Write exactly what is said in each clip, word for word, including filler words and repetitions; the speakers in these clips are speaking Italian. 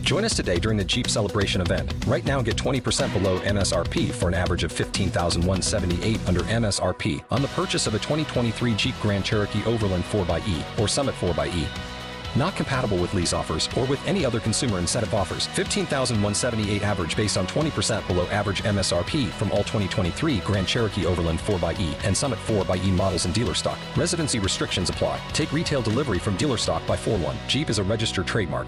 Join us today during the Jeep Celebration event. Right now, get twenty percent below M S R P for an average of fifteen thousand one hundred seventy-eight dollars under M S R P on the purchase of a twenty twenty-three Jeep Grand Cherokee Overland four by E or Summit four by E. Not compatible with lease offers or with any other consumer incentive offers. fifteen thousand one hundred seventy-eight dollars average based on twenty percent below average M S R P from all twenty twenty-three Grand Cherokee Overland four by E and Summit four by E models in dealer stock. Residency restrictions apply. Take retail delivery from dealer stock by four one. Jeep is a registered trademark.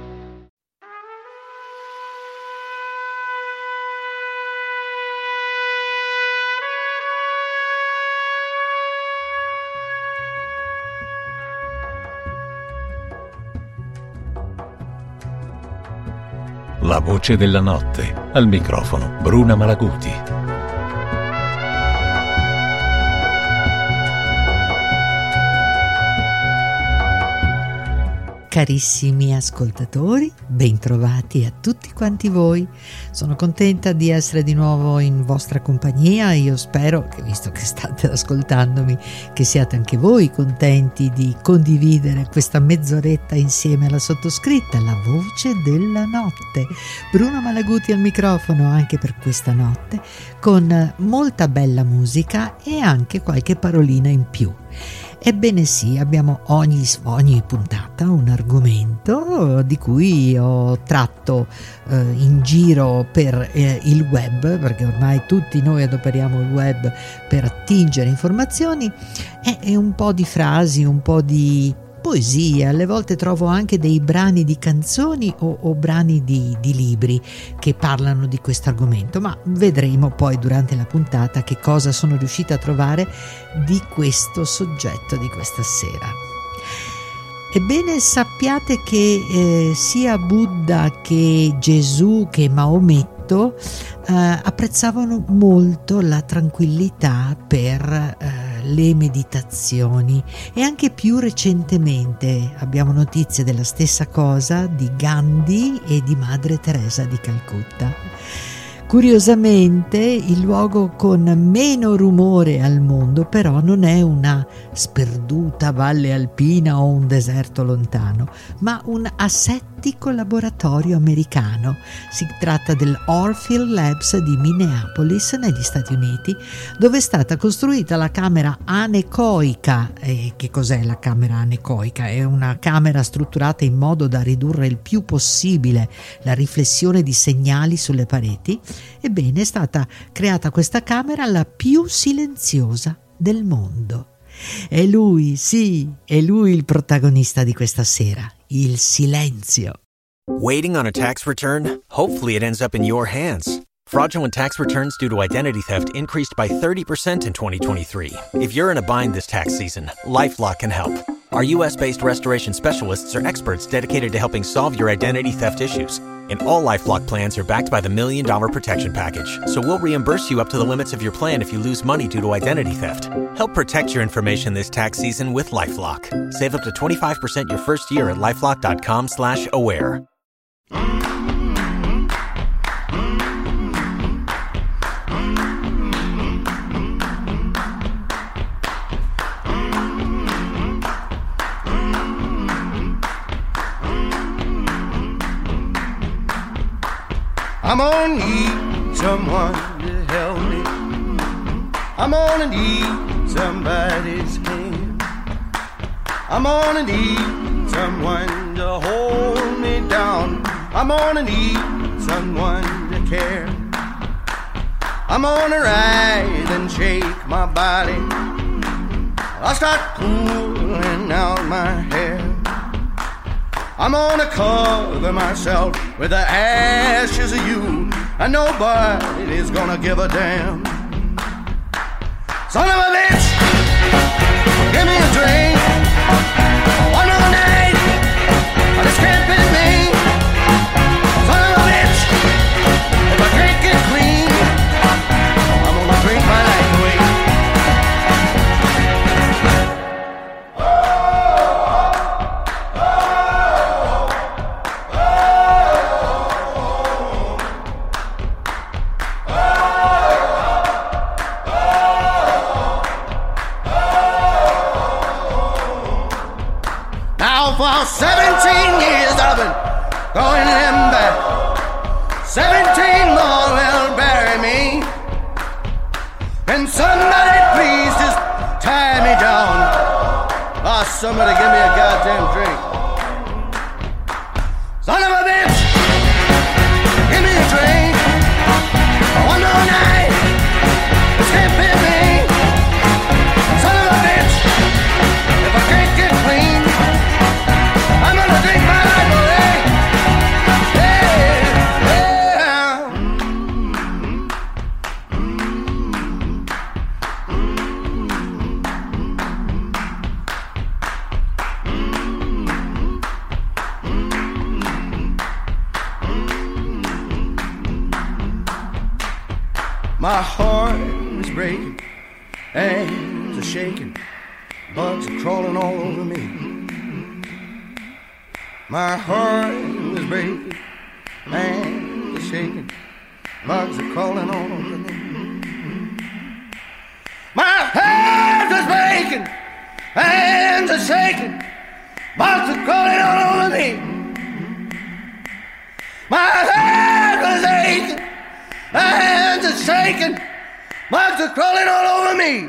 La voce della notte, al microfono Bruna Malaguti. Carissimi ascoltatori, bentrovati a tutti quanti voi. Sono contenta di essere di nuovo in vostra compagnia. Io spero che, visto che state ascoltandomi, che siate anche voi contenti di condividere questa mezz'oretta insieme alla sottoscritta, la voce della notte. Bruna Malaguti al microfono anche per questa notte, con molta bella musica e anche qualche parolina in più. Ebbene sì, abbiamo ogni, ogni puntata un argomento di cui ho tratto eh, in giro per eh, il web, perché ormai tutti noi adoperiamo il web per attingere informazioni, e, e un po' di frasi, un po' di poesia, alle volte trovo anche dei brani di canzoni o, o brani di, di libri che parlano di questo argomento, ma vedremo poi durante la puntata che cosa sono riuscita a trovare di questo soggetto di questa sera. Ebbene, sappiate che eh, sia Buddha che Gesù che Maometto eh, apprezzavano molto la tranquillità per eh, le meditazioni, e anche più recentemente abbiamo notizie della stessa cosa di Gandhi e di Madre Teresa di Calcutta. Curiosamente, il luogo con meno rumore al mondo però non è una sperduta valle alpina o un deserto lontano, ma un asettico laboratorio americano. Si tratta dell'Orfield Labs di Minneapolis, negli Stati Uniti, dove è stata costruita la camera anecoica. E che cos'è la camera anecoica? È una camera strutturata in modo da ridurre il più possibile la riflessione di segnali sulle pareti. Ebbene, è stata creata questa camera, la più silenziosa del mondo. È lui, sì, è lui il protagonista di questa sera, il silenzio. Waiting on a tax return? Hopefully it ends up in your hands. Fraudulent tax returns due to identity theft increased by thirty percent in twenty twenty-three. If you're in a bind this tax season, LifeLock can help. Our U S-based restoration specialists are experts dedicated to helping solve your identity theft issues. And all LifeLock plans are backed by the Million Dollar Protection Package. So we'll reimburse you up to the limits of your plan if you lose money due to identity theft. Help protect your information this tax season with LifeLock. Save up to twenty-five percent your first year at LifeLock.com slash aware. I'm gonna need someone to help me. I'm gonna need somebody's hand. I'm gonna need someone to hold me down. I'm gonna need someone to care. I'm gonna ride and shake my body. I'll start pulling out my hair. I'm gonna cover myself with the ashes of you, and nobody's gonna give a damn. Son of a bitch, give me a drink. One more night, but it's can't be me. Son of a bitch, if I drink it clean, I'm gonna drink my life away. For seventeen years I've been going them Seventeen more will bury me. Can somebody please just tie me down? Oh, somebody give me a goddamn drink. Son of a bitch, give me a drink. One more night, this can't fit me. Son of a bitch, if I can't get clean, I'm gonna drink my life away. Yeah, yeah. My heart is breaking, hands are shaking, bugs are crawling all over me. My heart is breaking, hands are shaking, bugs are crawling all over me. My heart is breaking, hands are shaking, bugs are crawling all over me. My heart is aching, my hands are shaking, bugs are crawling all over me.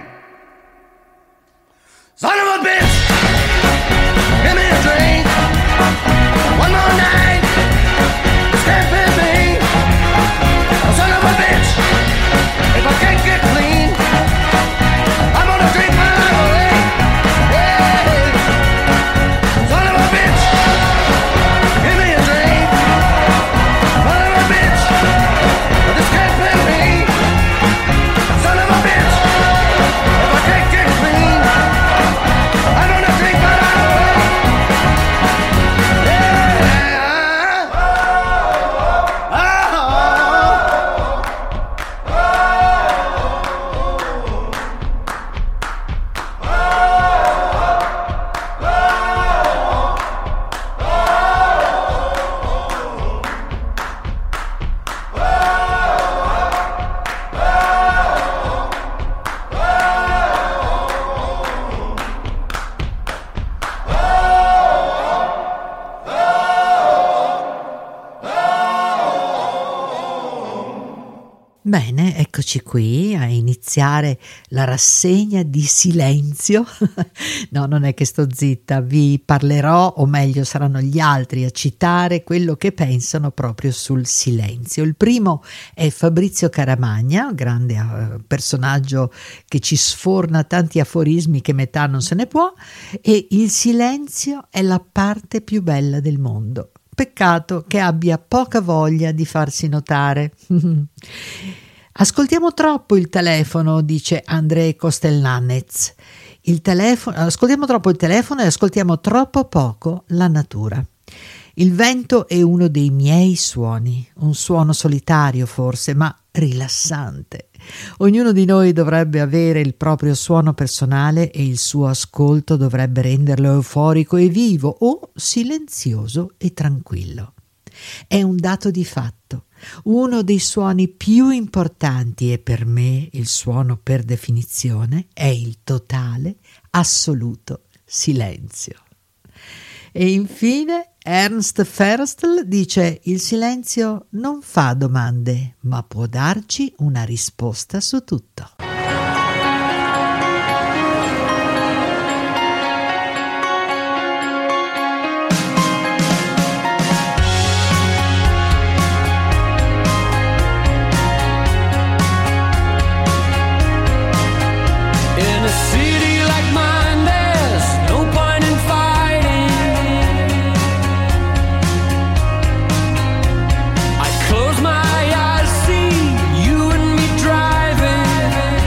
Son of a bitch, give me a drink. One more night, this can't fit me. Son of a bitch, if I can't get clean, I'm gonna drink my life away. Yeah. Son of a bitch, give me a drink. Son of a bitch, this can't fit me. Son of a bitch, if I can't get clean, I'm gonna drink my life away. Yeah. Bene, eccoci qui a iniziare la rassegna di Silenzio. No, non è che sto zitta, vi parlerò, o meglio saranno gli altri a citare quello che pensano proprio sul silenzio. Il primo è Fabrizio Caramagna, grande uh, personaggio che ci sforna tanti aforismi che metà non se ne può, e il silenzio è la parte più bella del mondo. Peccato che abbia poca voglia di farsi notare. Ascoltiamo troppo il telefono, dice Andrei Kostellanez. Il telefono, ascoltiamo troppo il telefono e ascoltiamo troppo poco la natura. Il vento è uno dei miei suoni, un suono solitario forse, ma rilassante. Ognuno di noi dovrebbe avere il proprio suono personale e il suo ascolto dovrebbe renderlo euforico e vivo o silenzioso e tranquillo. È un dato di fatto. Uno dei suoni più importanti e per me il suono per definizione è il totale, assoluto silenzio. E infine Ernst Ferstel dice: il silenzio non fa domande, ma può darci una risposta su tutto. Close my eyes, see you and me driving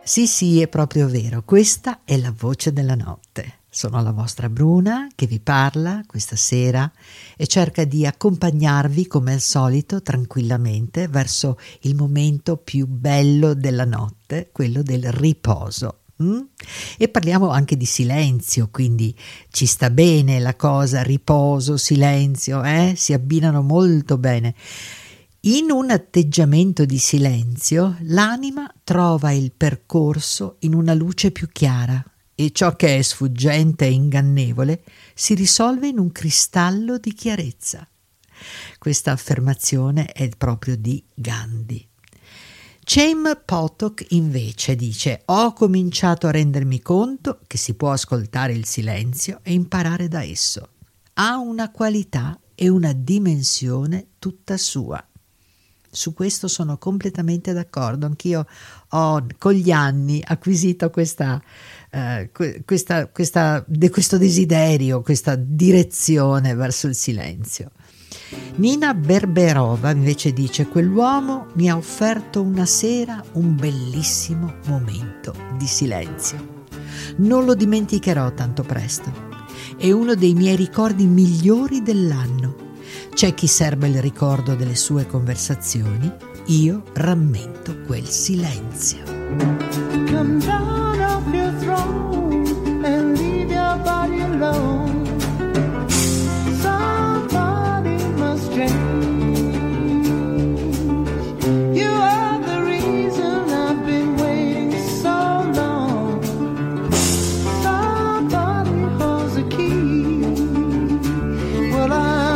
Sì, sì, è proprio vero, questa è la voce della notte. Sono la vostra Bruna che vi parla questa sera e cerca di accompagnarvi come al solito tranquillamente verso il momento più bello della notte, quello del riposo. Mm? E parliamo anche di silenzio, quindi ci sta bene la cosa riposo, silenzio, eh? Si abbinano molto bene. In un atteggiamento di silenzio l'anima trova il percorso in una luce più chiara e ciò che è sfuggente e ingannevole si risolve in un cristallo di chiarezza. Questa affermazione è proprio di Gandhi. Chaim Potok invece dice: ho cominciato a rendermi conto che si può ascoltare il silenzio e imparare da esso. Ha una qualità e una dimensione tutta sua. Su questo sono completamente d'accordo. Anch'io ho con gli anni acquisito questa, eh, questa, questa, de, questo desiderio, questa direzione verso il silenzio. Nina Berberova invece dice: quell'uomo mi ha offerto una sera un bellissimo momento di silenzio. Non lo dimenticherò tanto presto. È uno dei miei ricordi migliori dell'anno. C'è chi serba il ricordo delle sue conversazioni, io rammento quel silenzio. Come down off your throne and leave your body alone. Somebody must change. You are the reason I've been waiting so long. Somebody holds the key. Well, I'm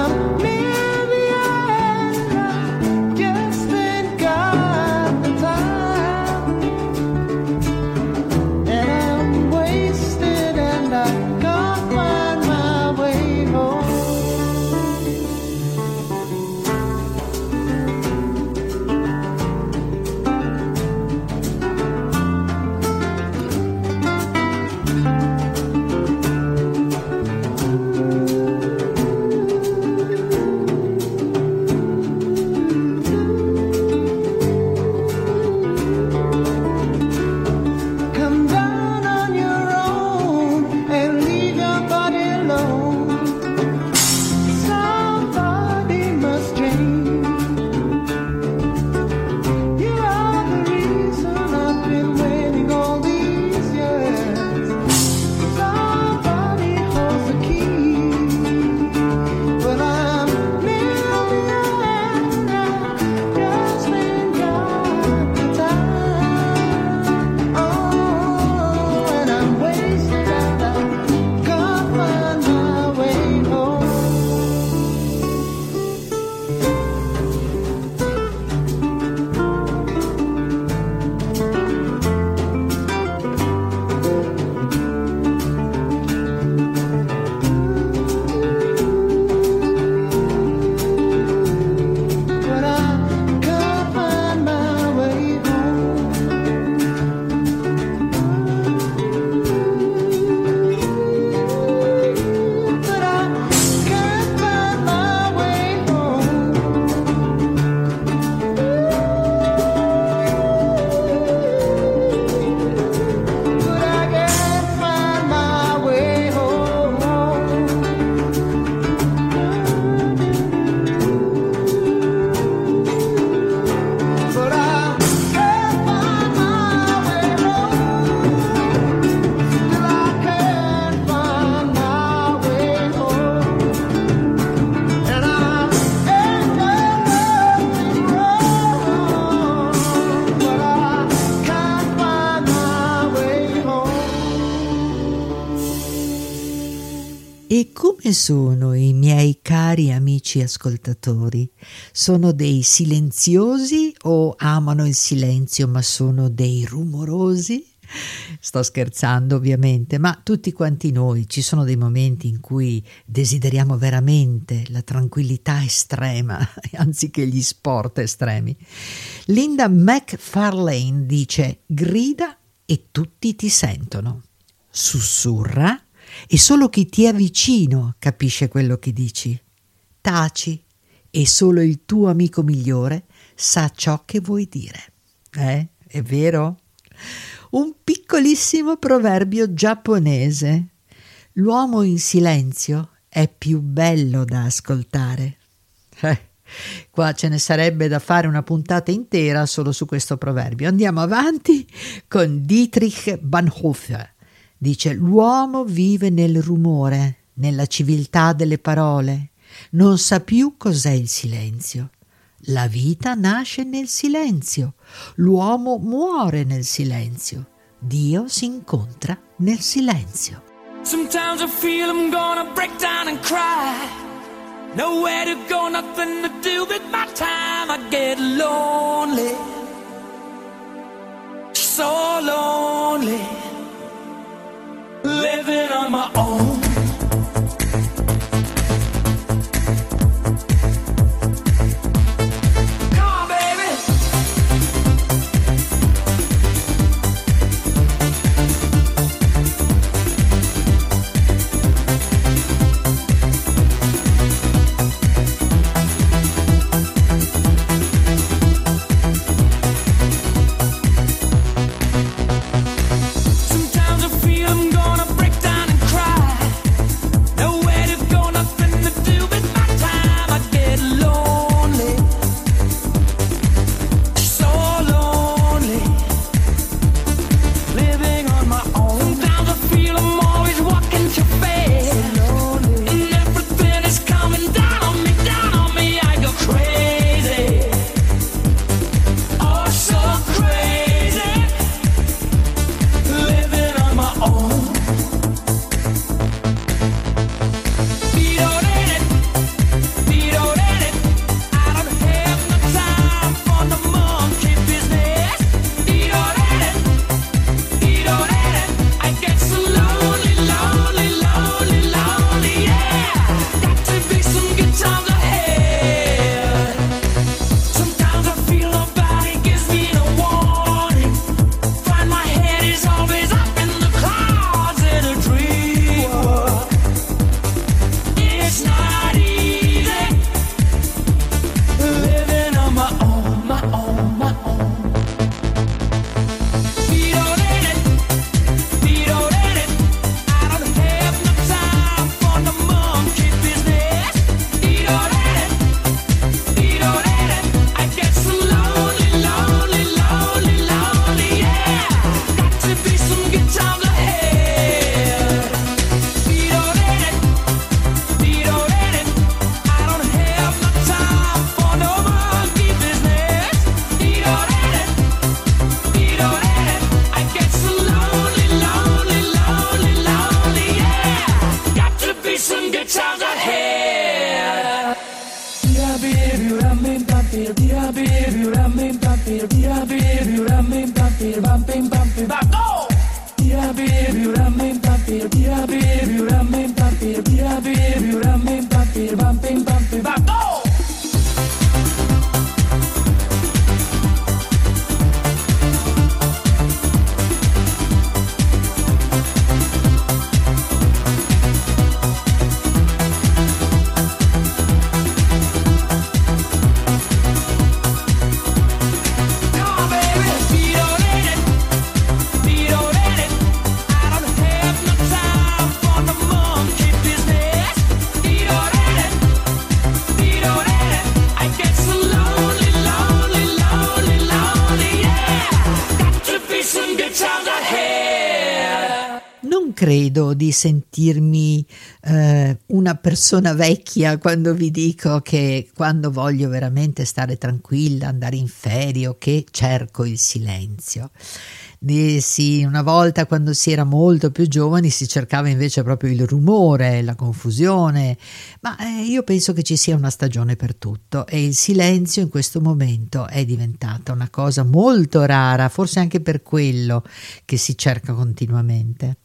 E come sono i miei cari amici ascoltatori? Sono dei silenziosi o amano il silenzio ma sono dei rumorosi? Sto scherzando ovviamente, ma tutti quanti noi ci sono dei momenti in cui desideriamo veramente la tranquillità estrema anziché gli sport estremi. Linda McFarlane dice: grida e tutti ti sentono, sussurra e solo chi ti è vicino capisce quello che dici, taci e solo il tuo amico migliore sa ciò che vuoi dire. Eh? È vero? un piccolissimo proverbio giapponese. L'uomo in silenzio è più bello da ascoltare. Eh, qua ce ne sarebbe da fare una puntata intera solo su questo proverbio. Andiamo avanti con Dietrich Bonhoeffer. Dice: l'uomo vive nel rumore, nella civiltà delle parole, non sa più cos'è il silenzio. La vita nasce nel silenzio, l'uomo muore nel silenzio, Dio si incontra nel silenzio. Sometimes I feel I'm gonna break down and cry. Nowhere to go, nothing to do with my time. I get lonely, so lonely, living on my own. Credo di sentirmi eh, una persona vecchia quando vi dico che quando voglio veramente stare tranquilla, andare in ferie o che cerco il silenzio. Eh, sì, una volta quando si era molto più giovani si cercava invece proprio il rumore, la confusione, ma eh, io penso che ci sia una stagione per tutto e il silenzio in questo momento è diventata una cosa molto rara, forse anche per quello che si cerca continuamente.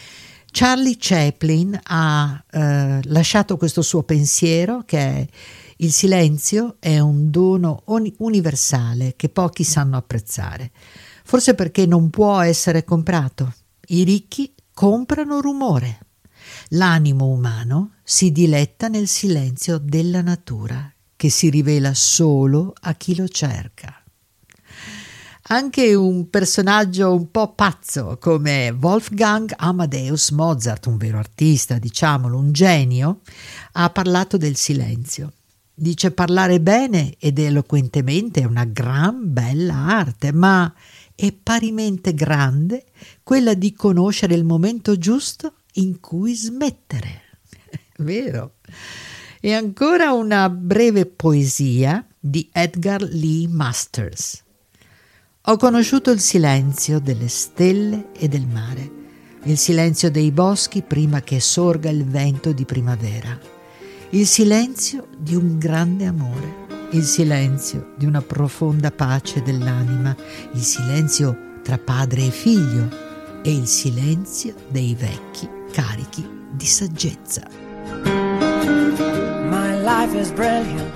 Charlie Chaplin ha eh, lasciato questo suo pensiero che è: il silenzio è un dono uni- universale che pochi sanno apprezzare, forse perché non può essere comprato. I ricchi comprano rumore. L'animo umano si diletta nel silenzio della natura che si rivela solo a chi lo cerca. Anche un personaggio un po' pazzo come Wolfgang Amadeus Mozart, un vero artista, diciamolo, un genio, ha parlato del silenzio. Dice: parlare bene ed eloquentemente è una gran bella arte, ma è parimente grande quella di conoscere il momento giusto in cui smettere. Vero? E ancora una breve poesia di Edgar Lee Masters. Ho conosciuto il silenzio delle stelle e del mare, il silenzio dei boschi prima che sorga il vento di primavera, il silenzio di un grande amore, il silenzio di una profonda pace dell'anima, il silenzio tra padre e figlio e il silenzio dei vecchi carichi di saggezza. My life is brilliant.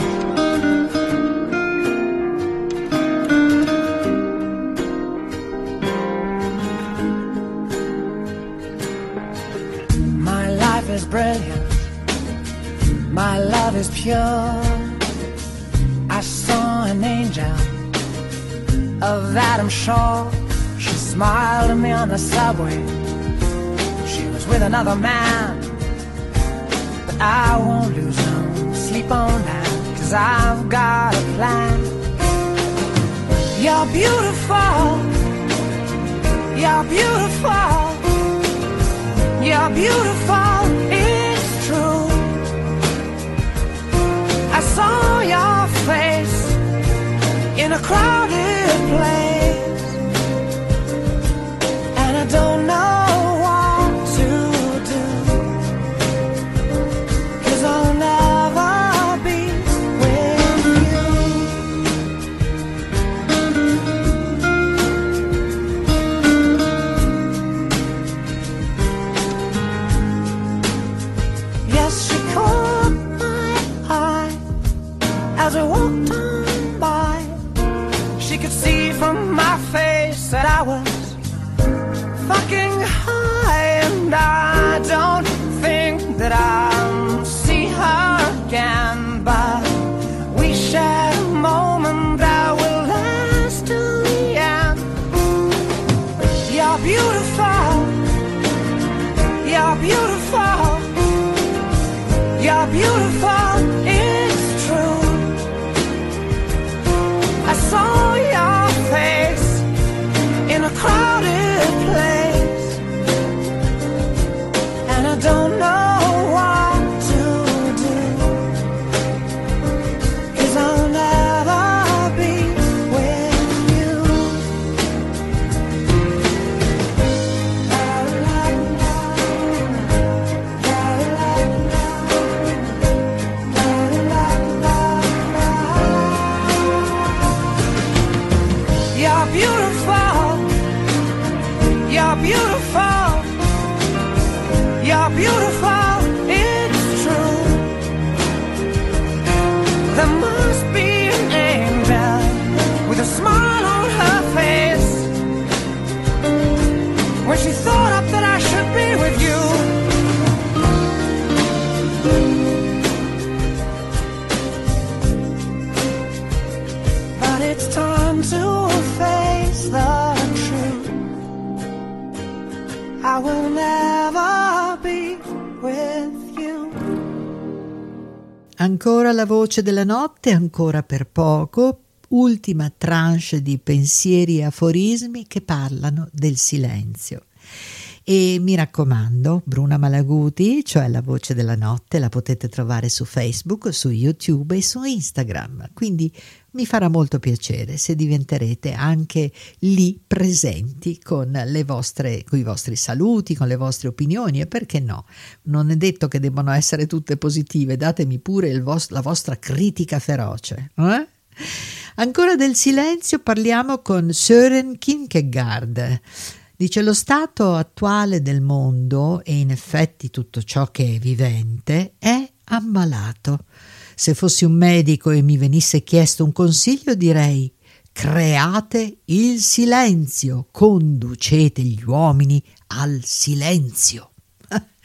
My life is brilliant. My love is pure. I saw an angel, of that I'm sure. She smiled at me on the subway. She was with another man, but I won't lose no sleep on that, 'cause I've got a plan. You're beautiful. You're beautiful. You're beautiful. It's true. I saw your face in a crowded place, and I don't know what to do, 'cause I'll never be with you. Yes, she caught my eye as I walked on by. She could see from my face that I was fucking high, and I don't think that I'll see her again, but we shared a moment that will last till the end. You're beautiful. You're beautiful. You're beautiful. It's true. I saw your face in a crowded place, and I don't know what to do, 'cause I'll never be with you. La, la, la, la, la, la, la, la. You're beautiful. You're beautiful. You're beautiful. It's true. There must be an angel with a smile on her face when she thought up that I should be with you. But it's time to face the truth. I will never be with you. Ancora la voce della notte, ancora per poco, ultima tranche di pensieri e aforismi che parlano del silenzio. E mi raccomando, Bruna Malaguti, cioè la voce della notte, la potete trovare su Facebook, su YouTube e su Instagram, quindi mi farà molto piacere se diventerete anche lì presenti con le vostre, con i vostri saluti, con le vostre opinioni, e perché no? Non è detto che debbano essere tutte positive, datemi pure il vos- la vostra critica feroce. Eh? Ancora del silenzio parliamo con Søren Kierkegaard. Dice: lo stato attuale del mondo, e in effetti tutto ciò che è vivente, è ammalato. Se fossi un medico e mi venisse chiesto un consiglio, direi: create il silenzio, conducete gli uomini al silenzio.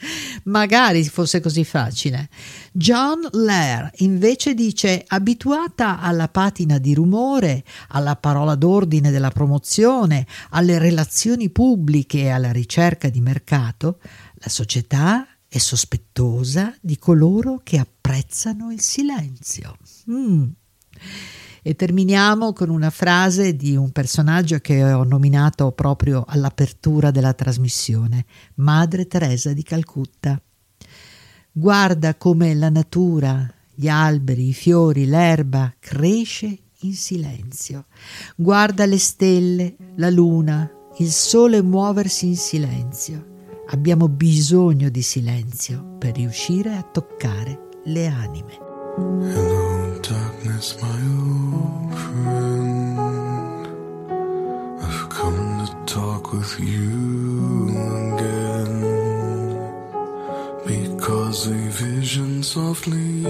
Magari fosse così facile. John Lair invece dice: abituata alla patina di rumore, alla parola d'ordine della promozione, alle relazioni pubbliche e alla ricerca di mercato, la società è sospettosa di coloro che apprezzano il silenzio. Mm. E terminiamo con una frase di un personaggio che ho nominato proprio all'apertura della trasmissione, Madre Teresa di Calcutta. Guarda come la natura, gli alberi, i fiori, l'erba cresce in silenzio. Guarda le stelle, la luna, il sole muoversi in silenzio. Abbiamo bisogno di silenzio per riuscire a toccare le anime. Hello, darkness, my old friend. I've come to talk with you again, because a vision softly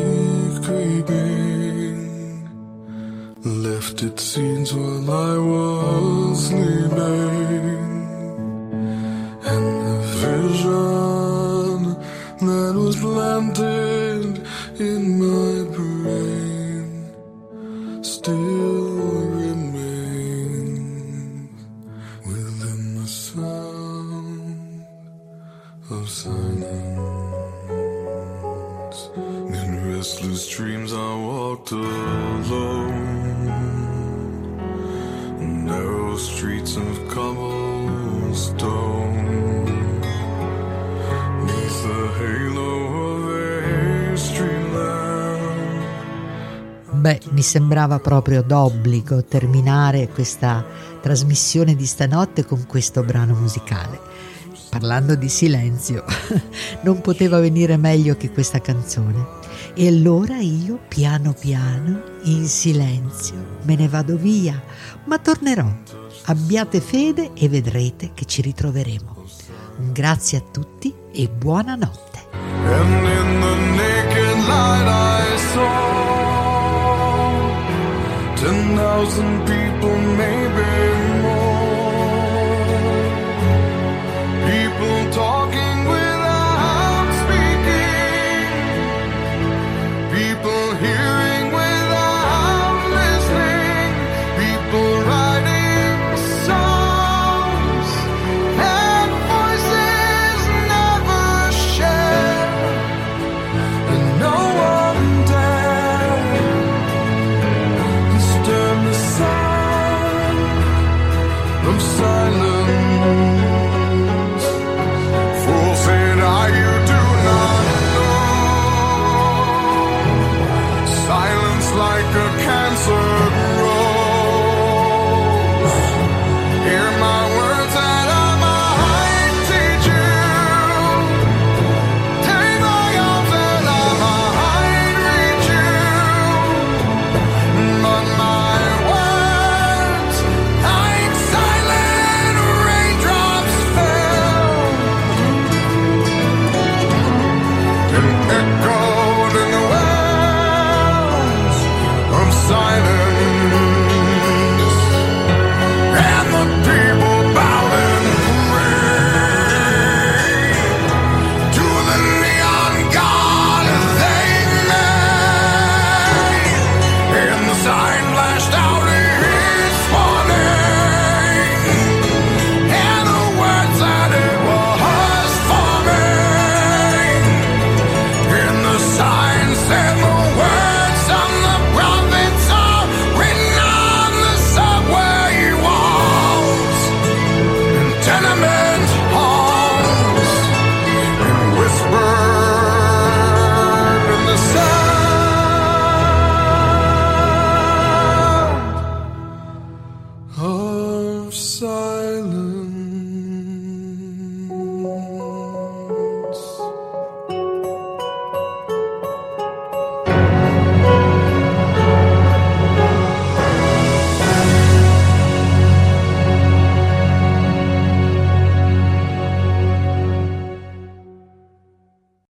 creeping left its seeds while I was sleeping, and the vision that was planted in my brain still remains within the sound of silence. In restless dreams I walked alone, narrow streets of cobblestone, neath the halo of a street lamp. Beh, mi sembrava proprio d'obbligo terminare questa trasmissione di stanotte con questo brano musicale. Parlando di silenzio, non poteva venire meglio che questa canzone. E allora io, piano piano, in silenzio, me ne vado via, ma tornerò. Abbiate fede e vedrete che ci ritroveremo. Un grazie a tutti e buonanotte. And in the naked light I saw ten thousand people, maybe